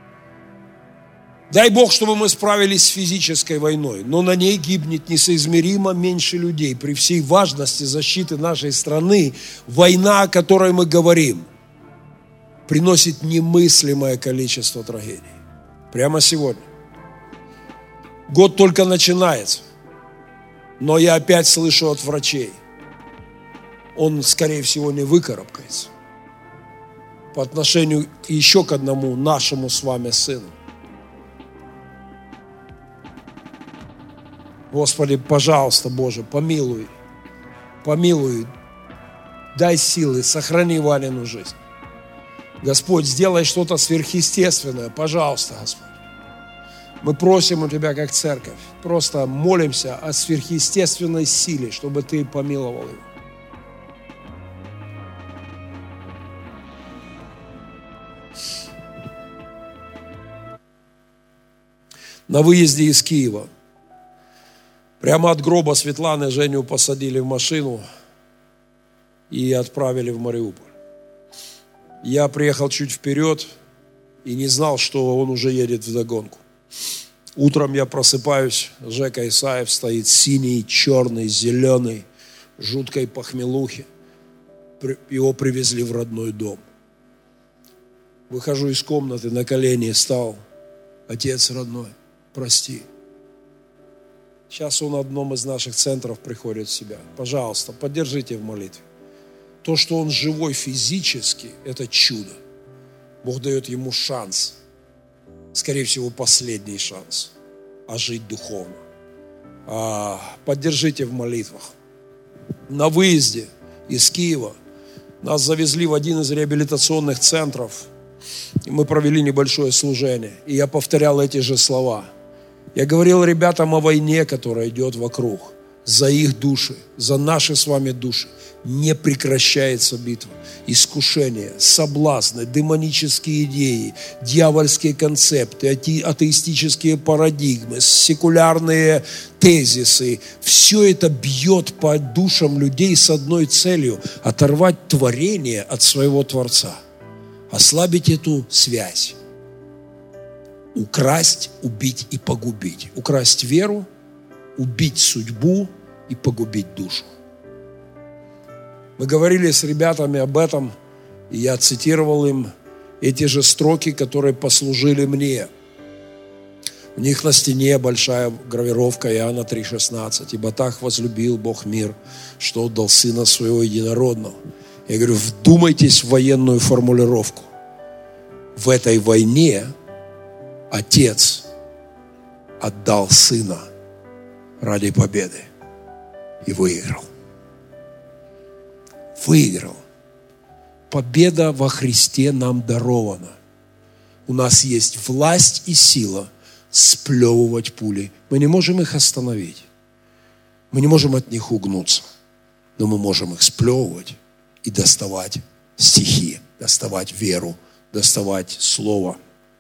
Дай Бог, чтобы мы справились с физической войной, но на ней гибнет несоизмеримо меньше людей. При всей важности защиты нашей страны, война, о которой мы говорим, приносит немыслимое количество трагедий. Прямо сегодня. Год только начинается, но я опять слышу от врачей, он, скорее всего, не выкарабкается по отношению еще к одному нашему с вами сыну. Господи, пожалуйста, Боже, помилуй, помилуй, дай силы, сохрани Валину жизнь. Господь, сделай что-то сверхъестественное, пожалуйста, Господь. Мы просим у Тебя, как церковь, просто молимся о сверхъестественной силе, чтобы Ты помиловал его. На выезде из Киева прямо от гроба Светланы Женю посадили в машину и отправили в Мариуполь. Я приехал чуть вперед и не знал, что он уже едет вдогонку. Утром я просыпаюсь, Жека Исаев стоит синий, черный, зеленый, жуткой похмелухи. Его привезли в родной дом. Выхожу из комнаты, на колени стал. Отец родной, прости. Сейчас он в одном из наших центров приходит в себя. Пожалуйста, поддержите в молитве. То, что он живой физически, это чудо. Бог дает ему шанс. Скорее всего, последний шанс. А жить духовно. А, поддержите в молитвах. На выезде из Киева нас завезли в один из реабилитационных центров. И мы провели небольшое служение. И я повторял эти же слова. Я говорил ребятам о войне, которая идет вокруг. За их души, за наши с вами души. Не прекращается битва. Искушения, соблазны, демонические идеи, дьявольские концепты, атеистические парадигмы, секулярные тезисы. Все это бьет по душам людей с одной целью – оторвать творение от своего Творца. Ослабить эту связь. Украсть, убить и погубить. Украсть веру, убить судьбу и погубить душу. Мы говорили с ребятами об этом, и я цитировал им эти же строки, которые послужили мне. У них на стене большая гравировка Иоанна три шестнадцать. «Ибо так возлюбил Бог мир, что отдал Сына Своего Единородного». Я говорю, вдумайтесь в военную формулировку. В этой войне Отец отдал Сына ради победы и выиграл. Выиграл. победа во Христе нам дарована. У нас есть власть и сила сплевывать пули. Мы не можем их остановить. Мы не можем от них угнуться. Но мы можем их сплевывать и доставать стихи, доставать веру, доставать слово.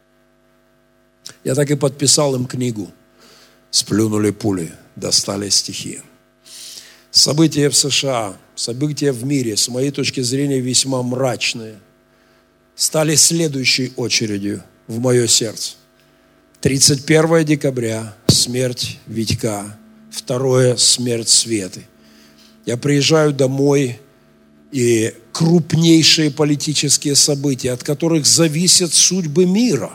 Я так и подписал им книгу. Сплюнули пули, достали стихи. События в США, события в мире, с моей точки зрения, весьма мрачные, стали следующей очередью в мое сердце. тридцать первое декабря – смерть Витька. Второе – смерть Светы. Я приезжаю домой, и крупнейшие политические события, от которых зависят судьбы мира.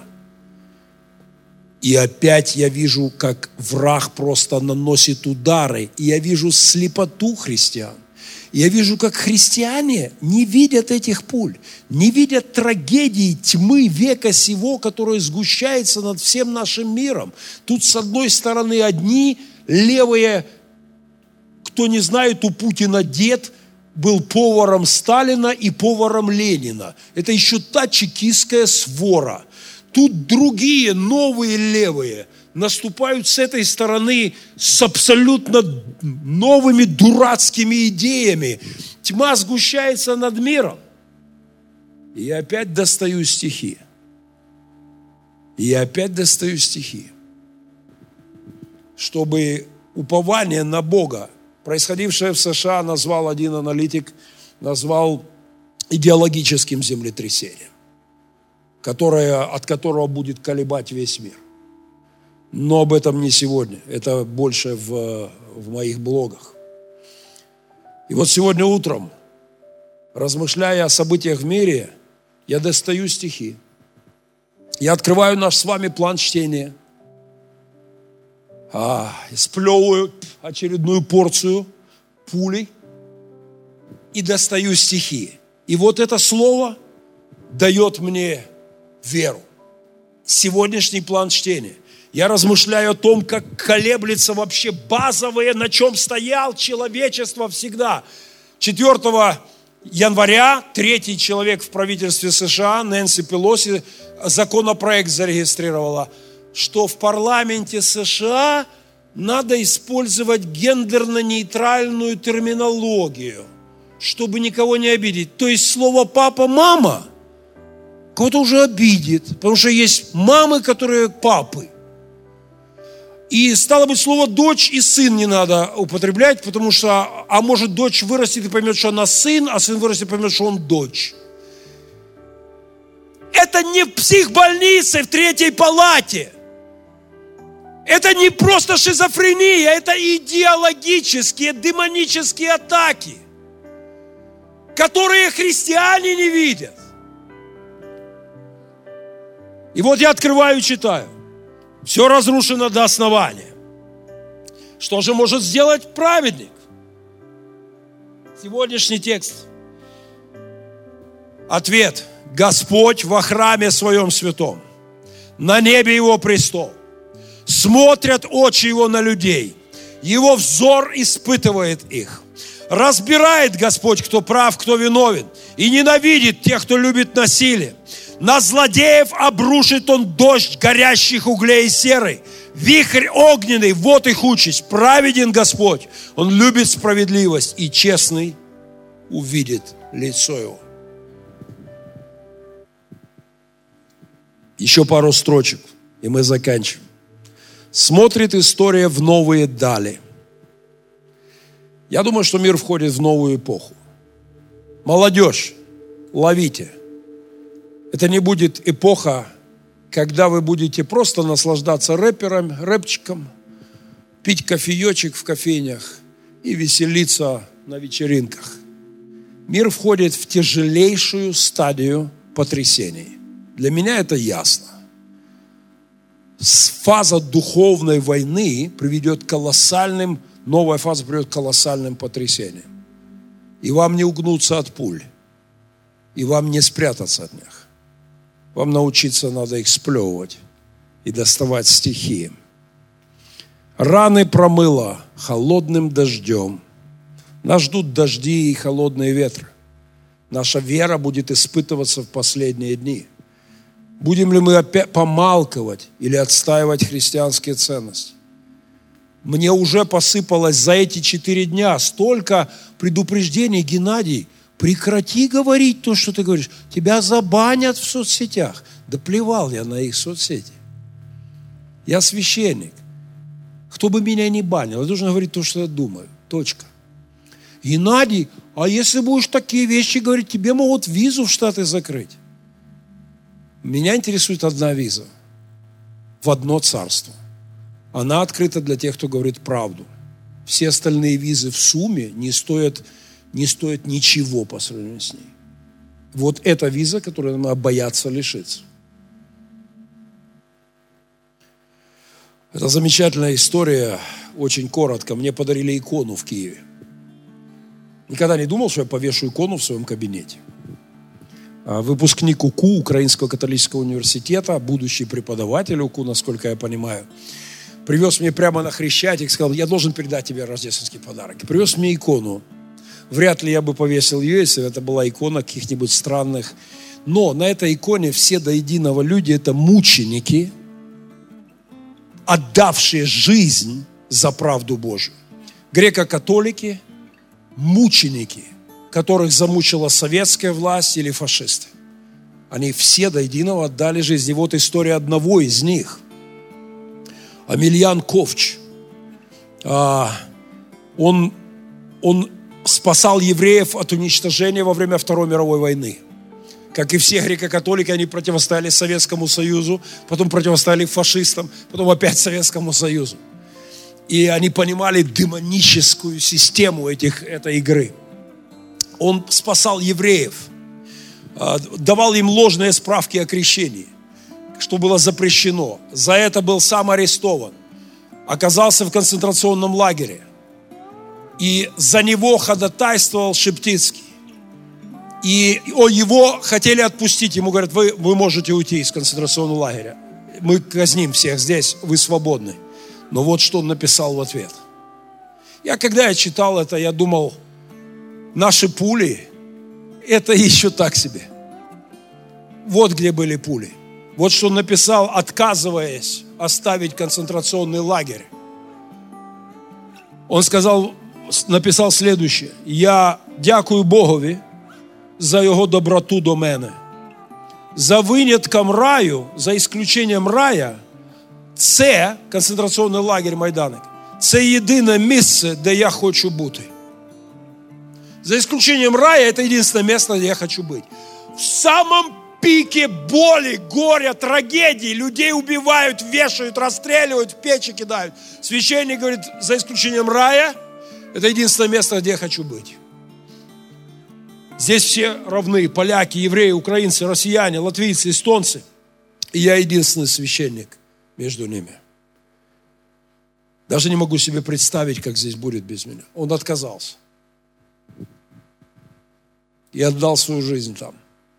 И опять я вижу, как враг просто наносит удары. И я вижу слепоту христиан. И я вижу, как христиане не видят этих пуль, не видят трагедии тьмы века сего, которая сгущается над всем нашим миром. Тут с одной стороны одни левые, кто не знает, у Путина дед был поваром Сталина и поваром Ленина. Это еще та чекистская свора. Тут другие, новые левые, наступают с этой стороны с абсолютно новыми дурацкими идеями. Тьма сгущается над миром. И я опять достаю стихи. И я опять достаю стихи. Чтобы упование на Бога, происходившее в США, назвал один аналитик, назвал идеологическим землетрясением, которое, от которого будет колебать весь мир. Но об этом не сегодня. Это больше в, в моих блогах. И вот сегодня утром, размышляя о событиях в мире, я достаю стихи. Я открываю наш с вами план чтения. А, сплевываю очередную порцию пулей и достаю стихи. И вот это слово дает мне веру. Сегодняшний план чтения. Я размышляю о том, как колеблется вообще базовое, на чем стоял человечество всегда. четвёртого января третий человек в правительстве США, Нэнси Пелоси, законопроект зарегистрировала, что в парламенте США надо использовать гендерно-нейтральную терминологию, чтобы никого не обидеть. То есть слово «папа», «мама» кого-то уже обидит, потому что есть мамы, которые папы. И стало быть, слово «дочь» и «сын» не надо употреблять, потому что, а может, дочь вырастет и поймет, что она сын, а сын вырастет и поймет, что он дочь. Это не в психбольнице в третьей палате. Это не просто шизофрения, это идеологические, демонические атаки, которые христиане не видят. И вот я открываю и читаю. Все разрушено до основания. Что же может сделать праведник? Сегодняшний текст. Ответ. Господь во храме своем святом. На небе его престол. Смотрят очи его на людей. Его взор испытывает их. Разбирает Господь, кто прав, кто виновен. И ненавидит тех, кто любит насилие. На злодеев обрушит он дождь горящих углей и серы. Вихрь огненный, вот их участь. Праведен Господь, Он любит справедливость, и честный увидит лицо Его. Еще пару строчек, и мы заканчиваем. Смотрит история в новые дали. Я думаю, что мир входит в новую эпоху. Молодежь, ловите. Это не будет эпоха, когда вы будете просто наслаждаться рэпером, рэпчиком, пить кофеечек в кофейнях и веселиться на вечеринках. Мир входит в тяжелейшую стадию потрясений. Для меня это ясно. Фаза духовной войны приведет к колоссальным, новая фаза приведет к колоссальным потрясениям. И вам не угнуться от пуль, и вам не спрятаться от них. Вам научиться надо их сплевывать и доставать стихи. Раны промыло холодным дождем. Нас ждут дожди и холодные ветры. Наша вера будет испытываться в последние дни. Будем ли мы опять помалковать или отстаивать христианские ценности? Мне уже посыпалось за эти четыре дня столько предупреждений. Геннадий, прекрати говорить то, что ты говоришь. Тебя забанят в соцсетях. Да плевал я на их соцсети. Я священник. Кто бы меня ни банил, я должен говорить то, что я думаю. Точка. Геннадий, а если будешь такие вещи говорить, тебе могут визу в Штаты закрыть. Меня интересует одна виза. В одно царство. Она открыта для тех, кто говорит правду. Все остальные визы в сумме не стоят, не стоят ничего по сравнению с ней. Вот эта виза, которую надо бояться лишиться. Это замечательная история, очень коротко. Мне подарили икону в Киеве. Никогда не думал, что я повешу икону в своем кабинете. Выпускник УКУ, Украинского католического университета, будущий преподаватель УКУ, насколько я понимаю, привез мне прямо на Хрещатик, сказал, я должен передать тебе рождественский подарок. И привез мне икону. Вряд ли я бы повесил ее, если это была икона каких-нибудь странных. Но на этой иконе все до единого люди – это мученики, отдавшие жизнь за правду Божию. Греко-католики – мученики, которых замучила советская власть или фашисты. Они все до единого отдали жизнь. И вот история одного из них. Амельян Ковч. Он, он спасал евреев от уничтожения во время Второй мировой войны. Как и все греко-католики, они противостояли Советскому Союзу, потом противостояли фашистам, потом опять Советскому Союзу. И они понимали демоническую систему этих, этой игры. Он спасал евреев, давал им ложные справки о крещении, что было запрещено. За это был сам арестован, оказался в концентрационном лагере. И за него ходатайствовал Шептицкий. И его хотели отпустить. Ему говорят, вы, вы можете уйти из концентрационного лагеря. Мы казним всех здесь, вы свободны. Но вот что он написал в ответ. Я, когда я читал это, я думал, наши пули, это еще так себе. Вот где были пули. Вот что он написал, отказываясь оставить концентрационный лагерь. Он сказал, написал следующее. Я дякую Богові за його доброту до мене. За винятком раю, за исключением рая, це, концентраційний лагерь Майданик, це єдине місце, де я хочу бути. За исключением рая, это единственное место, где я хочу быть. В самом пике боли, горя, трагедии, людей убивают, вешают, расстреливают, в печи кидают. Священник говорит, за исключением рая, это единственное место, где я хочу быть. Здесь все равны, поляки, евреи, украинцы, россияне, латвийцы, эстонцы. И я единственный священник между ними. Даже не могу себе представить, как здесь будет без меня. Он отказался. И отдал свою жизнь там.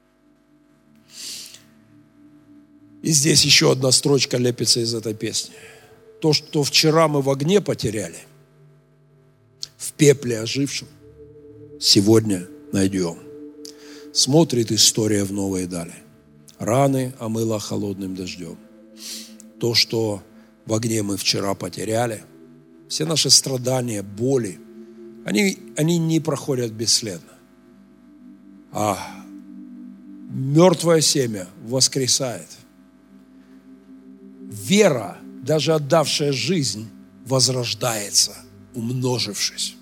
И здесь еще одна строчка лепится из этой песни. То, что вчера мы в огне потеряли, в пепле ожившем, сегодня найдем. Смотрит история в новые дали. Раны омыла холодным дождем. То, что в огне мы вчера потеряли, все наши страдания, боли, они, они не проходят бесследно. А мертвое семя воскресает. Вера, даже отдавшая жизнь, возрождается, умножившись.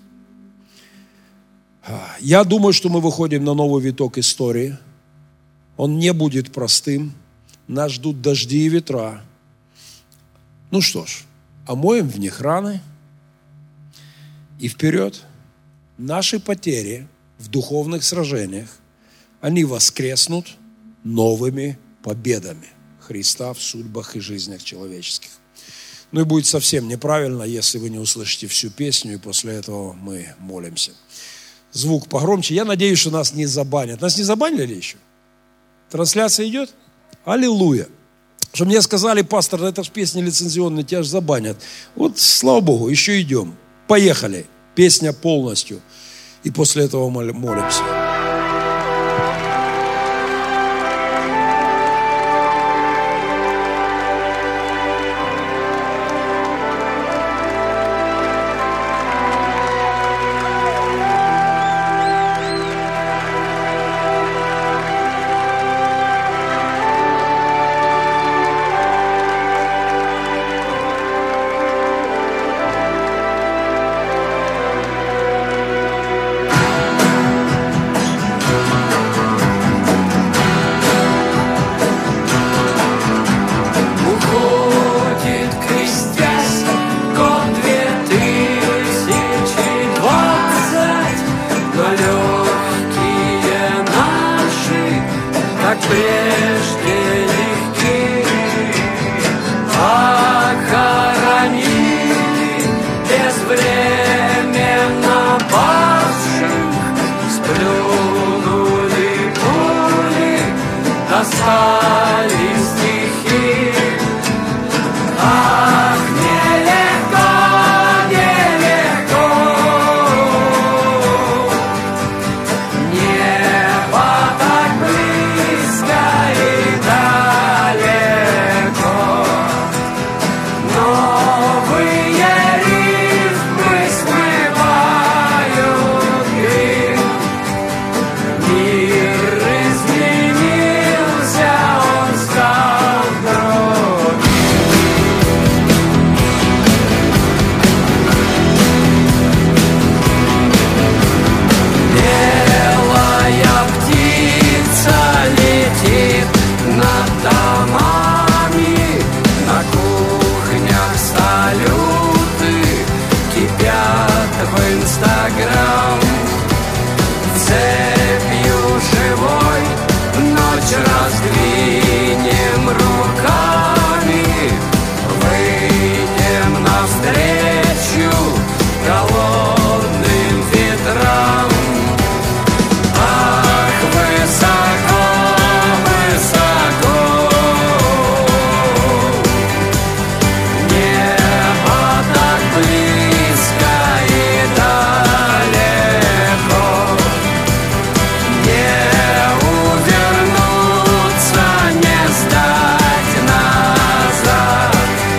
Я думаю, что мы выходим на новый виток истории. Он не будет простым. Нас ждут дожди и ветра. Ну что ж, омоем в них раны и вперед. Наши потери в духовных сражениях, они воскреснут новыми победами Христа в судьбах и жизнях человеческих. Ну и будет совсем неправильно, если вы не услышите всю песню, и после этого мы молимся. Звук погромче. Я надеюсь, что нас не забанят. Нас не забанили еще? Трансляция идет? Аллилуйя. Что мне сказали, пастор, это же песня лицензионная, тебя же забанят. Вот, слава Богу, еще идем. Поехали. Песня полностью. И после этого молимся. устали стихи. Ах, нелегко, нелегко, небо так близко и далеко. Новые рифмы смывают грим. Мир изменился, он стал другим. Белая птица летит над домами, на кухнях салюты кипят в Инстаграм. Цепью живой ночь раздвинем руками, выйдем навстречу голодным ветрам. Ах, высоко, высоко, небо так близко и далеко. Не увернуться, не сдать назад.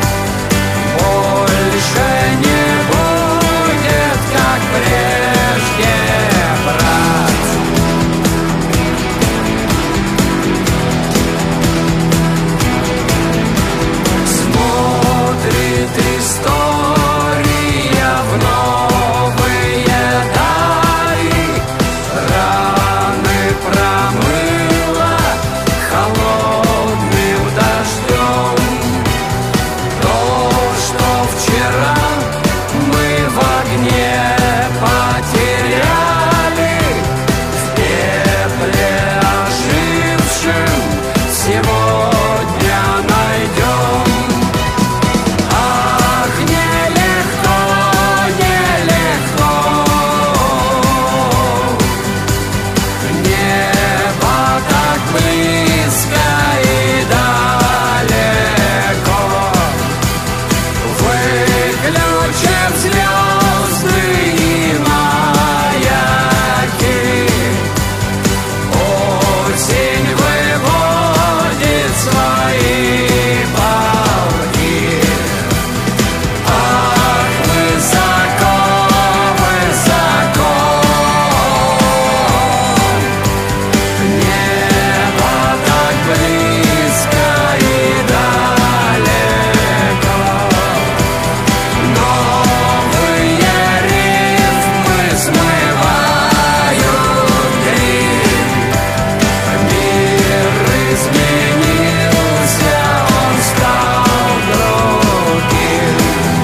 Больше не будет, как прежде, брат. Смотрит история в новые дали, раны промыла холодным дождем. То, что вчера мы в огне потеряли, в пепле ожившим сегодня найдем. Ах, нелегко, нелегко, небо так близко и далеко. Выключим звезды и маяки, осень выводит свои полки. Ах, высоко, высоко, небо так близко и далеко. Новые рифмы смывают грим. Мир изменился, он стал другим.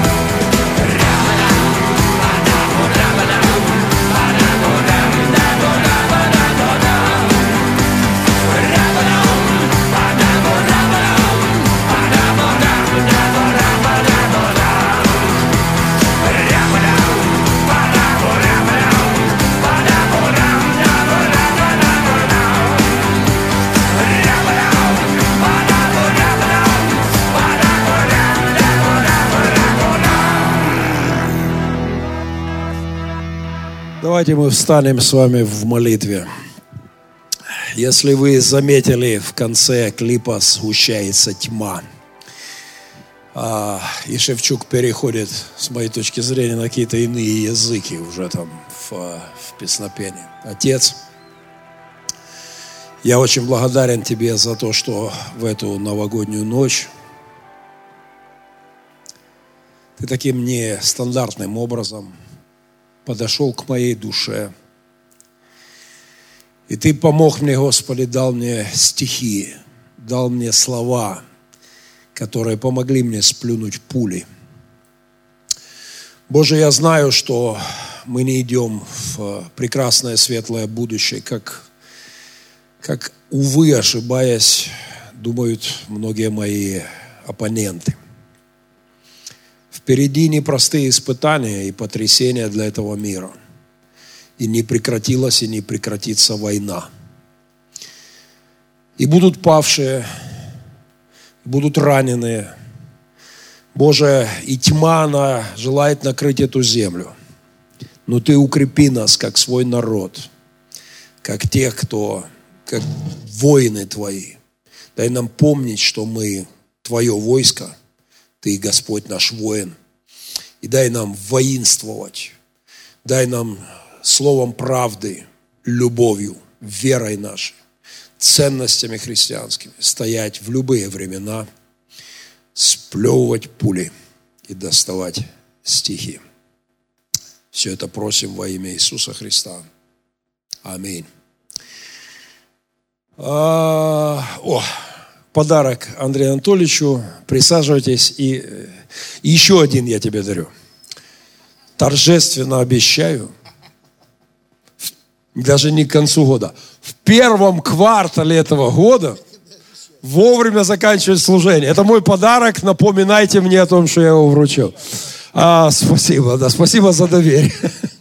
Давайте мы встанем с вами в молитве. Если вы заметили, в конце клипа сгущается тьма. А, и Шевчук переходит, с моей точки зрения, на какие-то иные языки уже там в, в песнопении. Отец, я очень благодарен Тебе за то, что в эту новогоднюю ночь Ты таким нестандартным образом подошел к моей душе. И Ты помог мне, Господи, дал мне стихи, дал мне слова, которые помогли мне сплюнуть пули. Боже, я знаю, что мы не идем в прекрасное светлое будущее, как, как увы, ошибаясь, думают многие мои оппоненты. Впереди непростые испытания и потрясения для этого мира. И не прекратилась и не прекратится война. И будут павшие, будут раненые. Боже, и тьма, она желает накрыть эту землю. Но Ты укрепи нас, как свой народ, как тех, кто, как воины Твои. Дай нам помнить, что мы Твое войско, Ты, Господь, наш воин. И дай нам воинствовать. Дай нам словом правды, любовью, верой нашей, ценностями христианскими стоять в любые времена, сплевывать пули и доставать стихи. Все это просим во имя Иисуса Христа. Аминь. А, о, подарок Андрею Анатольевичу. Присаживайтесь. И, и еще один я тебе дарю. Торжественно обещаю, даже не к концу года, в первом квартале этого года вовремя заканчивать служение. Это мой подарок. Напоминайте мне о том, что я его вручил. А, спасибо, да, спасибо за доверие.